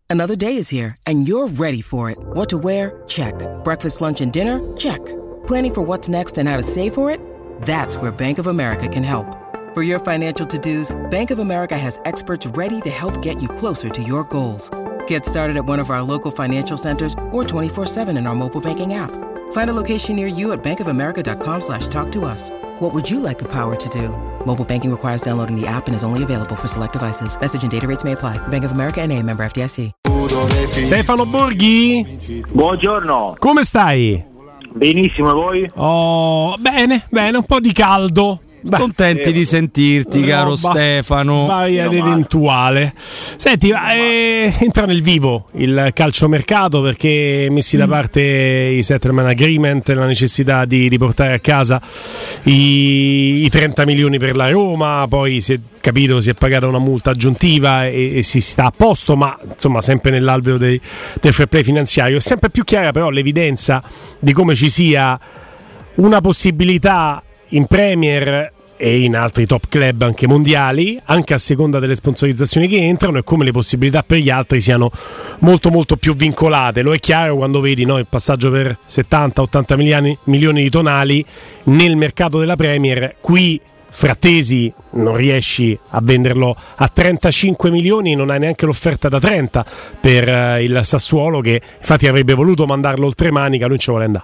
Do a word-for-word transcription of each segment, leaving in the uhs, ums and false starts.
Another day is here, and you're ready for it. What to wear? Check. Breakfast, lunch, and dinner? Check. Planning for what's next and how to save for it? That's where Bank of America can help. For your financial to-dos, Bank of America has experts ready to help get you closer to your goals. Get started at one of our local financial centers or twenty-four seven in our mobile banking app. Find a location near you at bankofamerica.com slash talk to us. What would you like the power to do? Mobile banking requires downloading the app and is only available for select devices. Message and data rates may apply. Bank of America N A, member F D I C. Stefano Borghi, buongiorno. Come stai? Benissimo, e voi? Oh, bene, bene, un po' di caldo. Beh, contenti eh, di sentirti, caro Stefano. Varia ed eventuale. Senti, eh, entra nel vivo il calciomercato, perché messi da parte i settlement agreement, la necessità di, di portare a casa i, i trenta milioni per la Roma, poi si è capito, si è pagata una multa aggiuntiva e, e si sta a posto, ma insomma sempre nell'alveo dei, del fair play finanziario. È sempre più chiara però l'evidenza di come ci sia una possibilità in Premier e in altri top club anche mondiali, anche a seconda delle sponsorizzazioni che entrano, e come le possibilità per gli altri siano molto molto più vincolate. Lo è chiaro quando vedi, no, il passaggio per settanta ottanta milioni, milioni di tonali nel mercato della Premier. Qui Frattesi non riesci a venderlo a trentacinque milioni, non hai neanche l'offerta da trenta per uh, il Sassuolo, che infatti avrebbe voluto mandarlo oltremanica, lui ci vuole andare.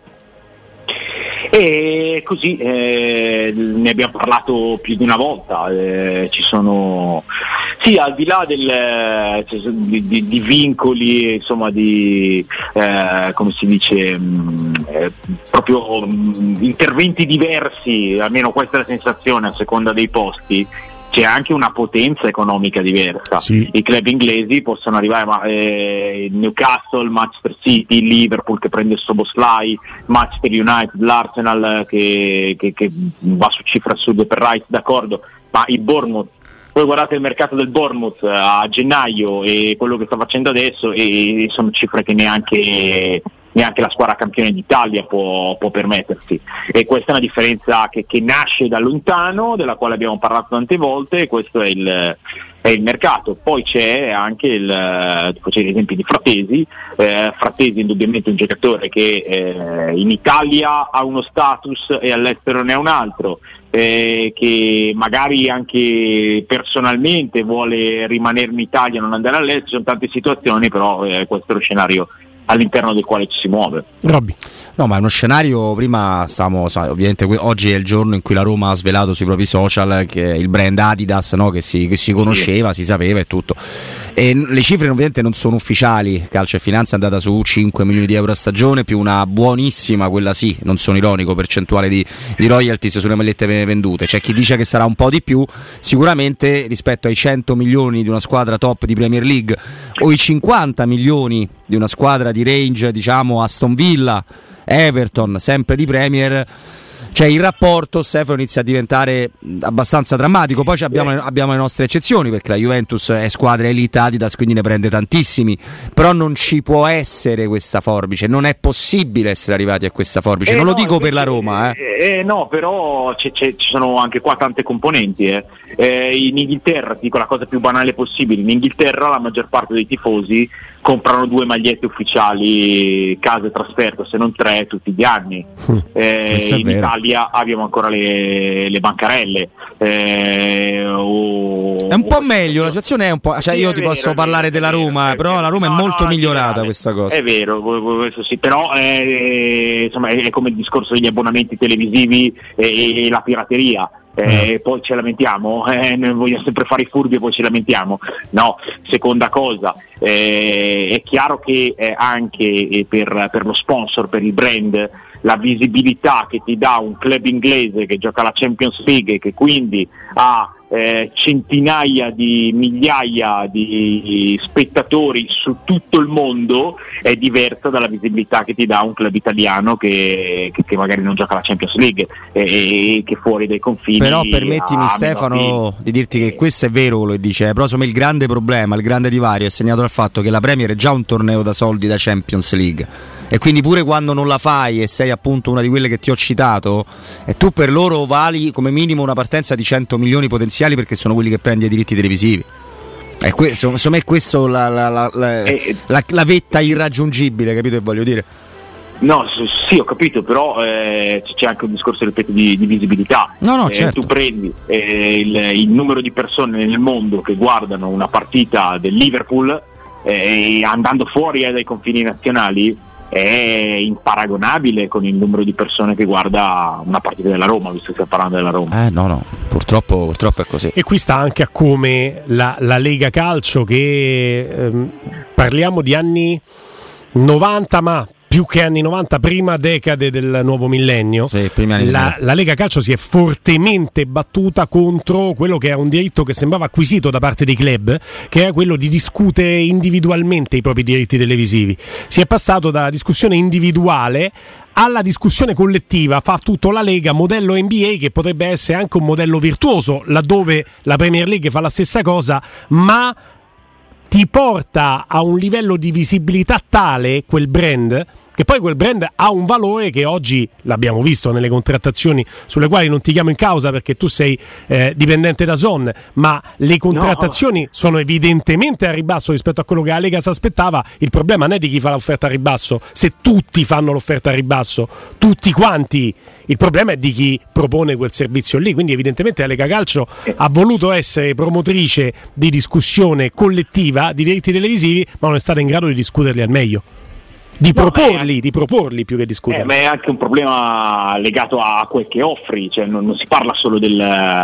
E così eh, ne abbiamo parlato più di una volta, eh, ci sono sì, al di là del, di, di, di vincoli, insomma, di eh, come si dice mh, eh, proprio mh, interventi diversi, almeno questa è la sensazione a seconda dei posti. C'è anche una potenza economica diversa. Sì. I club inglesi possono arrivare, ma eh, Newcastle, Manchester City, Liverpool che prende Szoboszlai, Manchester United, l'Arsenal che, che, che va su cifra assurda per Rice, d'accordo, ma il Bournemouth, poi guardate il mercato del Bournemouth a gennaio e quello che sta facendo adesso, e sono cifre che neanche neanche la squadra campione d'Italia può, può permettersi, e questa è una differenza che, che nasce da lontano, della quale abbiamo parlato tante volte, e questo è il, è il mercato. Poi c'è anche il, ti facevi l'esempio di Frattesi, eh, Frattesi indubbiamente un giocatore che eh, in Italia ha uno status e all'estero ne ha un altro, eh, che magari anche personalmente vuole rimanere in Italia, non andare all'estero. Ci sono tante situazioni, però eh, questo è lo scenario all'interno del quale ci si muove. Robby. No, ma è uno scenario, prima stiamo, ovviamente oggi è il giorno in cui la Roma ha svelato sui propri social che il brand Adidas, no, che, si, che si conosceva, sì. si sapeva e tutto. E le cifre ovviamente non sono ufficiali, Calcio e Finanza è andata su cinque milioni di euro a stagione, più una buonissima, quella sì, non sono ironico, percentuale di, di royalties sulle magliette vendute. C'è chi dice che sarà un po' di più, sicuramente rispetto ai cento milioni di una squadra top di Premier League o i cinquanta milioni di una squadra di range, diciamo Aston Villa, Everton, sempre di Premier. Cioè il rapporto, Stefano, inizia a diventare abbastanza drammatico. Poi abbiamo, abbiamo le nostre eccezioni, perché la Juventus è squadra elite Adidas, quindi ne prende tantissimi, però non ci può essere questa forbice, non è possibile essere arrivati a questa forbice, eh non no, lo dico per la Roma eh. Eh, no, però c'è, c'è, ci sono anche qua tante componenti eh. Eh, in Inghilterra, ti dico la cosa più banale possibile, in Inghilterra la maggior parte dei tifosi comprano due magliette ufficiali casa e trasferta, se non tre, tutti gli anni. Eh, in vero. Italia abbiamo ancora le, le bancarelle. Eh, o, è un po' meglio, la situazione è un po'. Cioè, sì, io ti vero, posso parlare della Roma, vero, però la Roma no, è molto no, migliorata questa cosa. È vero, questo sì, però eh, insomma è come il discorso degli abbonamenti televisivi e, e la pirateria. Eh, poi ci lamentiamo, eh, noi vogliamo sempre fare i furbi e poi ci lamentiamo. No, seconda cosa, eh, è chiaro che eh, anche per, per lo sponsor, per il brand, la visibilità che ti dà un club inglese che gioca la Champions League e che quindi ha eh, centinaia di migliaia di spettatori su tutto il mondo è diversa dalla visibilità che ti dà un club italiano che, che, che magari non gioca la Champions League e, e che fuori dai confini. Però permettimi, Stefano, di dirti che questo è vero quello che dice, però insomma il grande problema, il grande divario è segnato dal fatto che la Premier è già un torneo da soldi da Champions League, e quindi pure quando non la fai e sei appunto una di quelle che ti ho citato, e tu per loro vali come minimo una partenza di cento milioni potenziali, perché sono quelli che prendi ai diritti televisivi. È questo, secondo me questo la, la, la, la, eh, la, la vetta irraggiungibile, capito che voglio dire? No, sì, ho capito, però eh, c'è anche un discorso, ripeto, di, di visibilità. No, no, eh, certo. Tu prendi eh, il, il numero di persone nel mondo che guardano una partita del Liverpool eh, andando fuori eh, dai confini nazionali, è imparagonabile con il numero di persone che guarda una partita della Roma, visto che stiamo parlando della Roma. Eh no, no, purtroppo, purtroppo è così. E qui sta anche a come la, la Lega Calcio, che ehm, parliamo di anni novanta, ma più che anni novanta, prima decade del nuovo millennio, sì, primi anni la, la Lega Calcio si è fortemente battuta contro quello che era un diritto che sembrava acquisito da parte dei club, che era quello di discutere individualmente i propri diritti televisivi. Si è passato dalla discussione individuale alla discussione collettiva, fa tutto la Lega, modello N B A, che potrebbe essere anche un modello virtuoso, laddove la Premier League fa la stessa cosa, ma ti porta a un livello di visibilità tale quel brand, che poi quel brand ha un valore che oggi l'abbiamo visto nelle contrattazioni, sulle quali non ti chiamo in causa perché tu sei eh, dipendente da D A Z N, ma le contrattazioni no. sono evidentemente a ribasso rispetto a quello che la Lega si aspettava. Il problema non è di chi fa l'offerta a ribasso, se tutti fanno l'offerta a ribasso, tutti quanti, il problema è di chi propone quel servizio lì. Quindi evidentemente la Lega Calcio ha voluto essere promotrice di discussione collettiva di diritti televisivi, ma non è stata in grado di discuterli al meglio. Di no, proporli, è, di proporli più che discutere. Eh, ma è anche un problema legato a quel che offri, cioè non, non si parla solo del,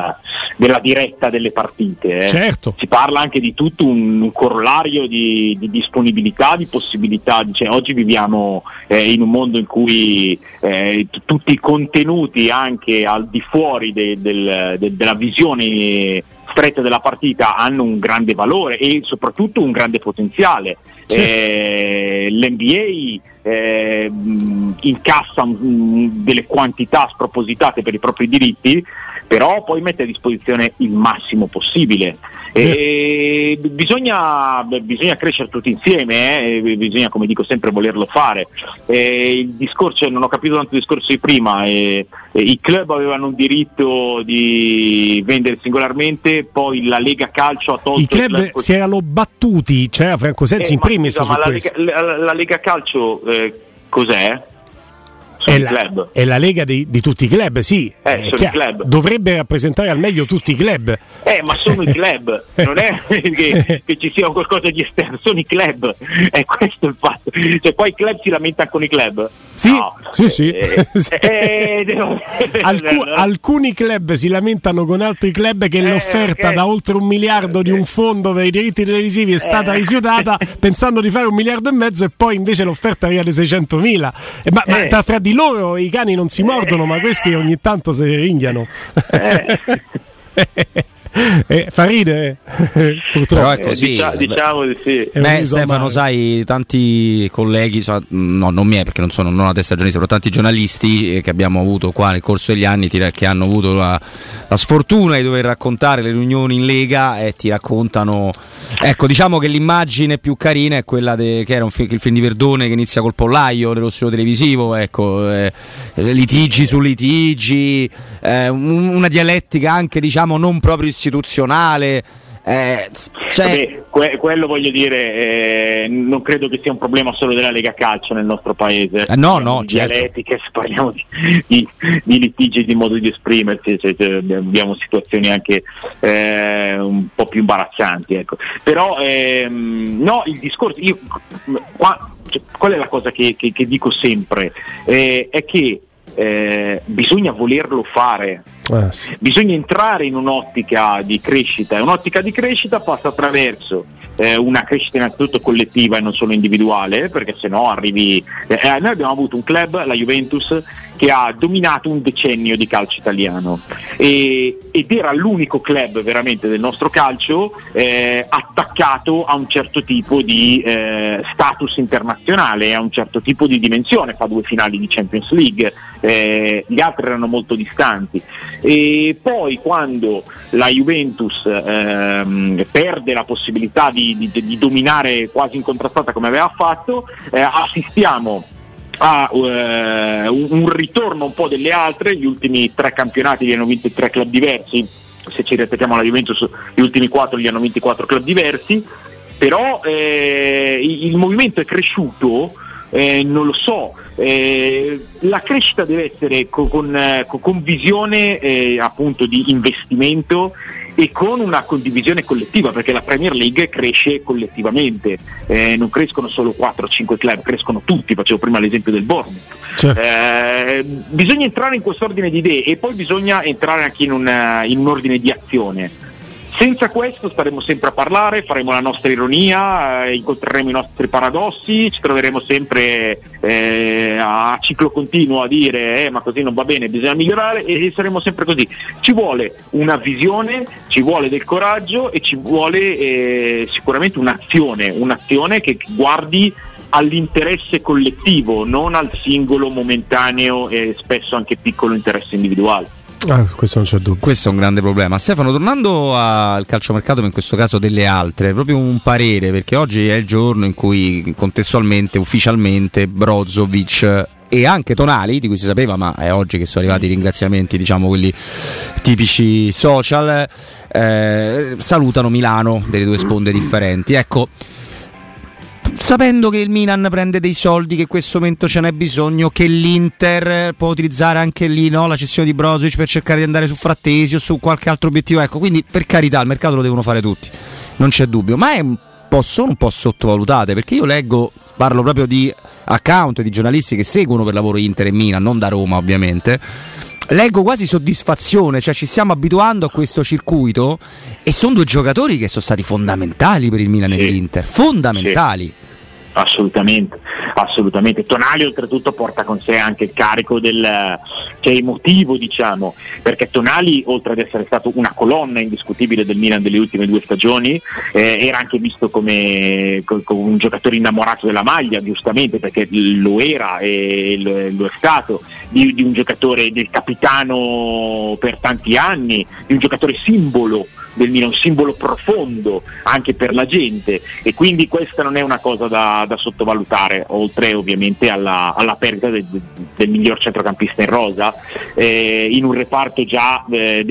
della diretta delle partite, eh. Certo. Si parla anche di tutto un, un corollario di, di disponibilità, di possibilità. Cioè, oggi viviamo eh, in un mondo in cui eh, t- tutti i contenuti anche al di fuori de, del, de, della visione stretta della partita hanno un grande valore e soprattutto un grande potenziale. Sì. Eh, L'N B A eh, incassa un, delle quantità spropositate per i propri diritti, però poi mette a disposizione il massimo possibile. E eh. bisogna, bisogna crescere tutti insieme, eh? Bisogna, come dico sempre, volerlo fare. Eh, il discorso, non ho capito tanto il discorso di prima, eh, eh, i club avevano un diritto di vendere singolarmente, poi la Lega Calcio ha tolto i club, club si erano battuti, c'era Franco Sensi eh, in primis scusa, su ma la questo. Lega, la, la Lega Calcio eh, cos'è? È la, è la lega di, di tutti i club, sì, eh, sono i club. Dovrebbe rappresentare al meglio tutti i club. Eh, ma sono i club, non è che, che ci sia qualcosa di esterno, sono i club, è questo il fatto. Cioè, poi i club si lamentano con i club. Sì, no. sì, sì. Eh, eh, devo... Alcu- alcuni club si lamentano con altri club che eh, l'offerta okay. da oltre un miliardo okay. di un fondo per i diritti televisivi è stata eh. rifiutata, pensando di fare un miliardo e mezzo, e poi invece l'offerta arriva di seicentomila. Eh, ma, eh. ma tra, tra di loro i cani non si mordono, eh. ma questi ogni tanto si ringhiano. Eh. Eh, fa ridere purtroppo. Però è così, eh, diciamo di sì. Beh, Stefano, sai, tanti colleghi, so, no, non miei perché non sono non una testa giornalista, però tanti giornalisti che abbiamo avuto qua nel corso degli anni ti, che hanno avuto la, la sfortuna di dover raccontare le riunioni in Lega e ti raccontano, ecco, diciamo che l'immagine più carina è quella de, che era un film, il film di Verdone che inizia col pollaio dello studio televisivo, ecco, eh, litigi su litigi, eh, una dialettica anche, diciamo, non proprio istituzionale, eh, cioè... Vabbè, que- quello voglio dire, eh, non credo che sia un problema solo della Lega Calcio nel nostro paese. Eh, no, no, di certo. dialettiche, parliamo di, di, di litigi, di modo di esprimersi, cioè, cioè, abbiamo situazioni anche eh, un po' più imbarazzanti, ecco. Però ehm, no, il discorso, io, qua, cioè, qual è la cosa che, che, che dico sempre, eh, è che Eh, bisogna volerlo fare, eh, sì. bisogna entrare in un'ottica di crescita, e un'ottica di crescita passa attraverso eh, una crescita innanzitutto collettiva e non solo individuale, perché se no arrivi eh, noi abbiamo avuto un club, la Juventus, che ha dominato un decennio di calcio italiano e, ed era l'unico club veramente del nostro calcio eh, attaccato a un certo tipo di eh, status internazionale, a un certo tipo di dimensione, fa due finali di Champions League, eh, gli altri erano molto distanti, e poi quando la Juventus ehm, perde la possibilità di, di, di dominare quasi incontrastata come aveva fatto, eh, assistiamo a uh, un, un ritorno un po' delle altre. Gli ultimi tre campionati li hanno vinti tre club diversi, se ci ripetiamo la Juventus gli ultimi quattro li hanno vinti quattro club diversi, però eh, il movimento è cresciuto. Eh, non lo so, eh, la crescita deve essere co- con, eh, con visione eh, appunto di investimento e con una condivisione collettiva, perché la Premier League cresce collettivamente, eh, non crescono solo quattro cinque club, crescono tutti. Facevo prima l'esempio del Bournemouth. Certo. Eh, bisogna entrare in quest'ordine di idee e poi bisogna entrare anche in un, in un ordine di azione. Senza questo staremo sempre a parlare, faremo la nostra ironia, eh, incontreremo i nostri paradossi, ci troveremo sempre eh, a ciclo continuo a dire eh, ma così non va bene, bisogna migliorare, e saremo sempre così. Ci vuole una visione, ci vuole del coraggio e ci vuole eh, sicuramente un'azione, un'azione che guardi all'interesse collettivo, non al singolo, momentaneo e spesso anche piccolo interesse individuale. Ah, questo non c'è dubbio. Questo è un grande problema. Stefano, tornando al calciomercato, ma in questo caso delle altre, proprio un parere, perché oggi è il giorno in cui contestualmente, ufficialmente Brozovic e anche Tonali, di cui si sapeva, ma è oggi che sono arrivati i ringraziamenti, diciamo quelli tipici social, eh, salutano Milano, delle due sponde differenti. Ecco, sapendo che il Milan prende dei soldi, che in questo momento ce n'è bisogno, che l'Inter può utilizzare anche lì, no, la cessione di Brozovic per cercare di andare su Frattesi o su qualche altro obiettivo, ecco, quindi per carità il mercato lo devono fare tutti, non c'è dubbio, ma è un po', sono un po' sottovalutate, perché io leggo, parlo proprio di account di giornalisti che seguono per lavoro Inter e Milan, non da Roma ovviamente, leggo quasi soddisfazione, cioè ci stiamo abituando a questo circuito e sono due giocatori che sono stati fondamentali per il Milan sì. e l'Inter, fondamentali. Sì. Assolutamente, assolutamente. Tonali oltretutto porta con sé anche il carico del che è emotivo, diciamo, perché Tonali, oltre ad essere stato una colonna indiscutibile del Milan delle ultime due stagioni, eh, era anche visto come, come un giocatore innamorato della maglia, giustamente, perché lo era e lo, lo è stato, di, di un giocatore, del capitano per tanti anni, di un giocatore simbolo del Milan, un simbolo profondo anche per la gente, e quindi questa non è una cosa da, da sottovalutare, oltre ovviamente alla, alla perdita del, del miglior centrocampista in rosa, eh, in un reparto già eh,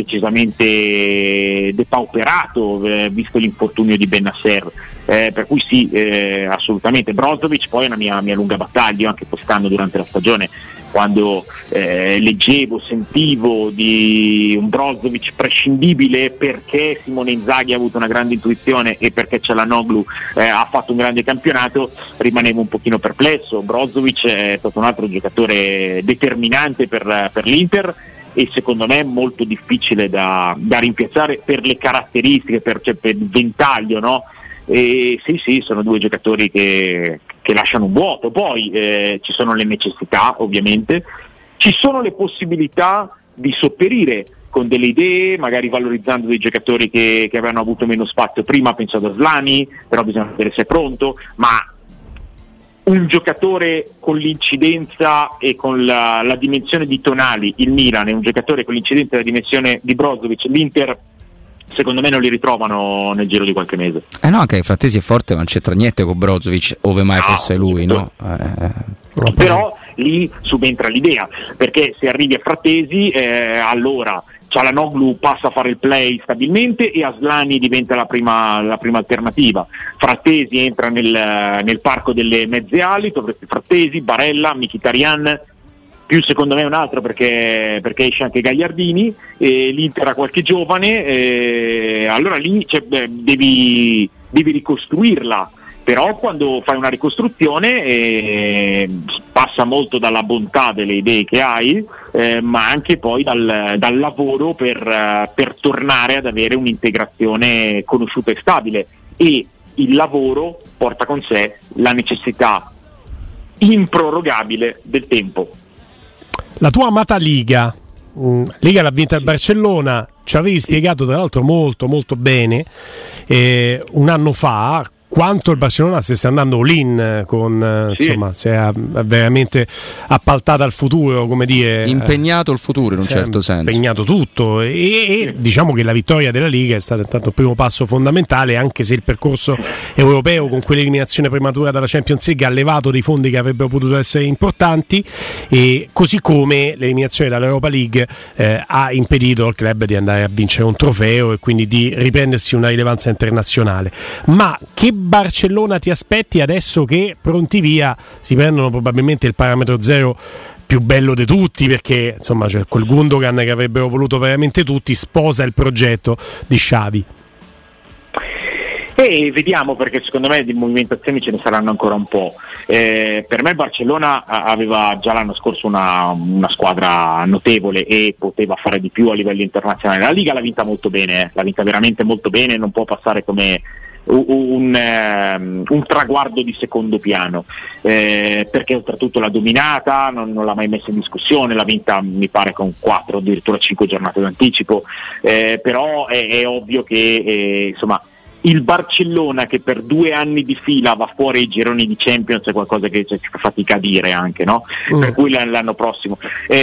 decisamente depauperato, eh, visto l'infortunio di Bennacer, eh, per cui sì, eh, assolutamente. Brozovic poi è una mia, mia lunga battaglia, anche quest'anno durante la stagione, quando eh, leggevo, sentivo di un Brozovic prescindibile perché Simone Inzaghi ha avuto una grande intuizione e perché Çalhanoğlu eh, ha fatto un grande campionato, rimanevo un pochino perplesso. Brozovic è stato un altro giocatore determinante per, per l'Inter e secondo me molto difficile da, da rimpiazzare per le caratteristiche, per, cioè, per il ventaglio, no? E sì sì, sono due giocatori che, che lasciano un vuoto. Poi eh, ci sono le necessità, ovviamente, ci sono le possibilità di sopperire con delle idee, magari valorizzando dei giocatori che, che avevano avuto meno spazio prima. Penso ad Aslani, però bisogna vedere se è pronto, ma un giocatore con l'incidenza e con la, la dimensione di Tonali, il Milan, e un giocatore con l'incidenza e la dimensione di Brozovic, l'Inter, secondo me non li ritrovano nel giro di qualche mese. Eh no, anche Frattesi è forte, ma non c'entra niente con Brozovic, ove mai no, fosse lui, no? Eh, però lì subentra l'idea, perché se arrivi a Frattesi, eh, allora Çalhanoğlu passa a fare il play stabilmente e Aslani diventa la prima, la prima alternativa. Frattesi entra nel, nel parco delle mezze ali, dovresti Frattesi, Barella, Mkhitaryan, più secondo me un altro perché, perché esce anche Gagliardini, e l'Inter ha qualche giovane, e allora lì cioè, beh, devi, devi ricostruirla, però quando fai una ricostruzione eh, passa molto dalla bontà delle idee che hai, eh, ma anche poi dal, dal lavoro per, per tornare ad avere un'integrazione conosciuta e stabile, e il lavoro porta con sé la necessità improrogabile del tempo. La tua amata Liga, mm, Liga l'ha vinta il Barcellona, ci avevi spiegato tra l'altro molto molto bene eh, un anno fa, quanto il Barcellona stesse andando all-in con, sì. insomma, si è veramente appaltata al futuro, come dire, impegnato il futuro in un certo senso, impegnato tutto, e, e diciamo che la vittoria della Liga è stato intanto il primo passo fondamentale, anche se il percorso europeo con quell'eliminazione prematura dalla Champions League ha levato dei fondi che avrebbero potuto essere importanti, e così come l'eliminazione dall'Europa League eh, ha impedito al club di andare a vincere un trofeo e quindi di riprendersi una rilevanza internazionale. Ma che Barcellona ti aspetti adesso che pronti via si prendono probabilmente il parametro zero più bello di tutti, perché insomma c'è quel Gundogan che avrebbero voluto veramente tutti, sposa il progetto di Xavi? E vediamo, perché secondo me di movimentazioni ce ne saranno ancora un po'. Eh, per me il Barcellona aveva già l'anno scorso una, una squadra notevole e poteva fare di più a livello internazionale. La Liga l'ha vinta molto bene, eh. l'ha vinta veramente molto bene, non può passare come un, un, um, un traguardo di secondo piano, eh, perché oltretutto l'ha dominata, non, non l'ha mai messa in discussione, l'ha vinta mi pare con quattro addirittura cinque giornate d'anticipo, eh, però è, è ovvio che eh, insomma il Barcellona, che per due anni di fila va fuori ai gironi di Champions, è qualcosa che cioè, ci fa fatica a dire anche, no? Mm. Per cui l'anno prossimo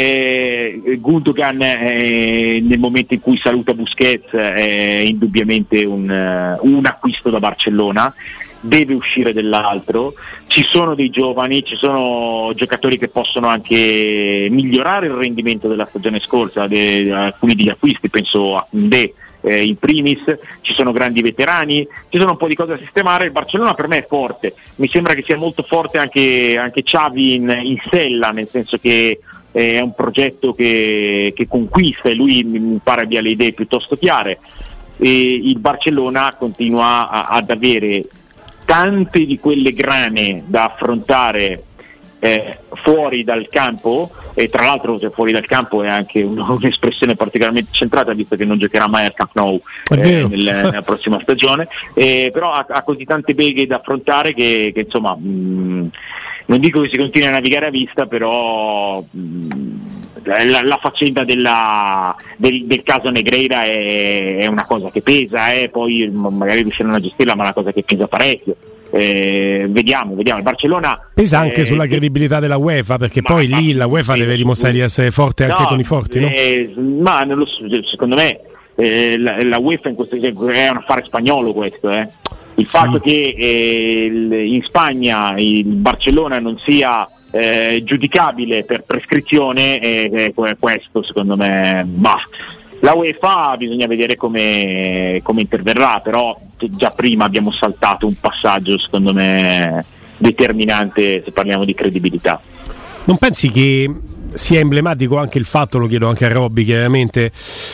eh, Gundogan eh, nel momento in cui saluta Busquets è indubbiamente un, uh, un acquisto da Barcellona, deve uscire dell'altro, ci sono dei giovani, ci sono giocatori che possono anche migliorare il rendimento della stagione scorsa, de, de, alcuni degli acquisti, penso a Koundé Eh, in primis, ci sono grandi veterani, ci sono un po' di cose da sistemare. Il Barcellona per me è forte, mi sembra che sia molto forte anche, anche Xavi in, in sella, nel senso che eh, è un progetto che, che conquista, e lui mi pare abbia le idee piuttosto chiare, e il Barcellona continua a, ad avere tante di quelle grane da affrontare Eh, fuori dal campo, e tra l'altro cioè, fuori dal campo è anche un'espressione particolarmente centrata, visto che non giocherà mai al Camp Nou eh, nel, nella prossima stagione, eh, però ha, ha così tante beghe da affrontare che, che insomma mh, non dico che si continui a navigare a vista, però mh, la, la faccenda della, del, del caso Negreira è, è una cosa che pesa, eh, poi magari riusciranno a gestirla, ma è una cosa che pesa parecchio. Eh, vediamo, vediamo. Il Barcellona pesa anche eh, sulla credibilità della UEFA, perché ma, poi ma, lì la UEFA deve dimostrare di essere forte anche no, con i forti, no? Eh, ma non lo so, secondo me eh, la, la UEFA in questo è un affare spagnolo questo, eh. Il sì. fatto che eh, in Spagna il Barcellona non sia eh, giudicabile per prescrizione è, è questo, secondo me, bah. La UEFA bisogna vedere come, come interverrà, però già prima abbiamo saltato un passaggio secondo me determinante se parliamo di credibilità. Non pensi che sia emblematico anche il fatto, lo chiedo anche a Robby chiaramente,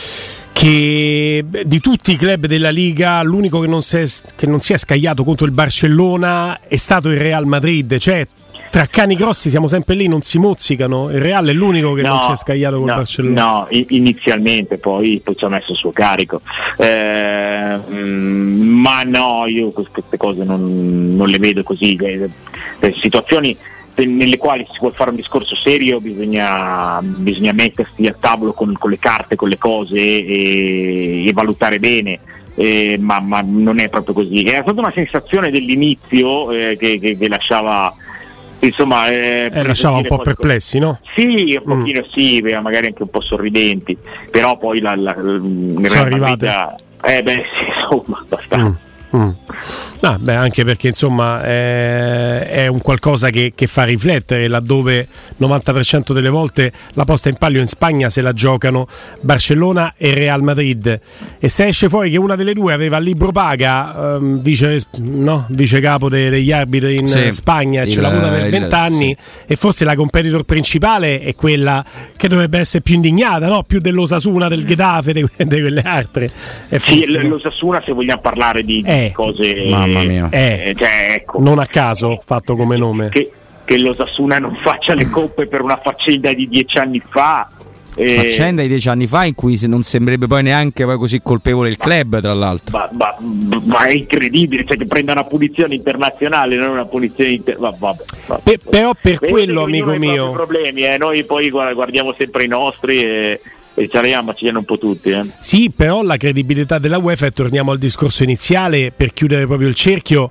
che di tutti i club della Liga l'unico che non si è, che non si è scagliato contro il Barcellona è stato il Real Madrid? Cioè tra cani grossi siamo sempre lì, non si mozzicano. Il Real è l'unico che no, non si è scagliato col no, Barcellona. No, inizialmente, poi, poi ci ha messo il suo carico. Eh, mh, ma no, io queste cose non, non le vedo così. Le, le situazioni nelle quali si vuole fare un discorso serio bisogna, bisogna mettersi a tavolo con, con le carte, con le cose e, e valutare bene. Eh, ma, ma non è proprio così. Era stata una sensazione dell'inizio eh, che, che, che lasciava insomma eh, eh, lasciava un po' perplessi, no? Sì, un pochino mm. sì, magari anche un po' sorridenti, però poi la, la, la sono arrivate eh beh sì, insomma abbastanza. Mm. Mm. Ah, beh, anche perché insomma eh, è un qualcosa che, che fa riflettere, laddove il novanta per cento delle volte la posta in palio in Spagna se la giocano Barcellona e Real Madrid, e se esce fuori che una delle due aveva il libro paga, um, vice, no? vice capo de, degli arbitri in sì, Spagna, e ce l'ha avuta per vent'anni, sì. E forse la competitor principale è quella che dovrebbe essere più indignata, no? Più dell'Osasuna, del Getafe, di quelle altre. E sì, forse, l'Osasuna, se vogliamo parlare di eh, cose mamma mia, eh, cioè, ecco, non a caso fatto come nome che, che l'Osasuna non faccia le coppe per una faccenda di dieci anni fa, eh, faccenda di dieci anni fa in cui non sembrerebbe poi neanche poi così colpevole il club, tra l'altro. Ma, ma, ma è incredibile, cioè che prenda una punizione internazionale, non una punizione inter... va, vabbè, vabbè. Per, però per Vedete quello, amico mio, problemi, eh? Noi poi guardiamo sempre i nostri e e ci arriviamo, ci hanno un po' tutti, eh. Sì, però la credibilità della UEFA, e torniamo al discorso iniziale per chiudere proprio il cerchio,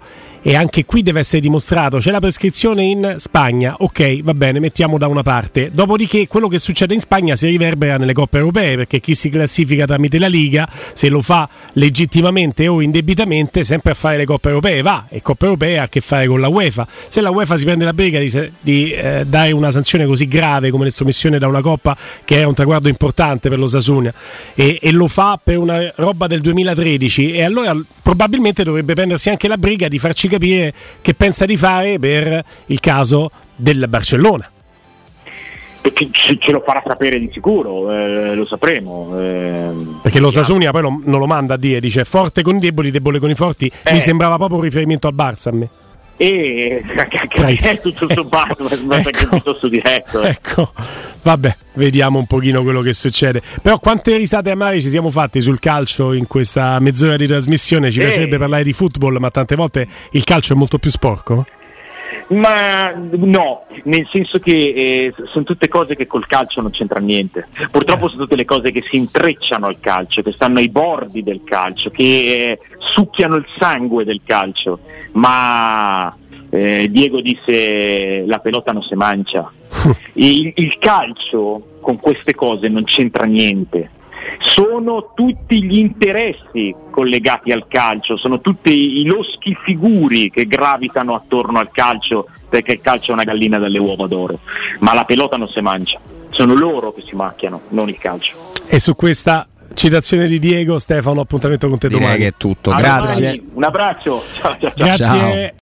e anche qui deve essere dimostrato. C'è la prescrizione in Spagna, ok, va bene, mettiamo da una parte, dopodiché quello che succede in Spagna si riverbera nelle coppe europee, perché chi si classifica tramite la Liga, se lo fa legittimamente o indebitamente, sempre a fare le coppe europee va, e coppe europee ha a che fare con la UEFA. Se la UEFA si prende la briga di, di eh, dare una sanzione così grave come l'estromissione da una coppa che era un traguardo importante per lo Sassuolo, e, e lo fa per una roba del duemilatredici, e allora probabilmente dovrebbe prendersi anche la briga di farci capire che pensa di fare per il caso del Barcellona. Perché ce lo farà sapere di sicuro, eh, lo sapremo. Eh, Perché lo Sassuolo poi lo, non lo manda a dire, dice forte con i deboli, debole con i forti. Eh. Mi sembrava proprio un riferimento al Barça a me. E è tutto sommato, ma ecco. Anche piuttosto diretto. Eh. Ecco, vabbè, vediamo un pochino quello che succede. Però quante risate amare ci siamo fatti sul calcio in questa mezz'ora di trasmissione. Ci eh. piacerebbe parlare di football, ma tante volte il calcio è molto più sporco. Ma no, nel senso che eh, sono tutte cose che col calcio non c'entra niente. Purtroppo sono tutte le cose che si intrecciano al calcio, che stanno ai bordi del calcio, che eh, succhiano il sangue del calcio. Ma eh, Diego disse la pelota non si mangia. il, il calcio con queste cose non c'entra niente. Sono tutti gli interessi collegati al calcio, sono tutti i loschi figuri che gravitano attorno al calcio, perché il calcio è una gallina dalle uova d'oro, ma la pelota non si mangia, sono loro che si macchiano, non il calcio. E su questa citazione di Diego, Stefano, appuntamento con te Direi domani. Che è tutto, allora, grazie. Un abbraccio, ciao ciao ciao. Grazie. Ciao.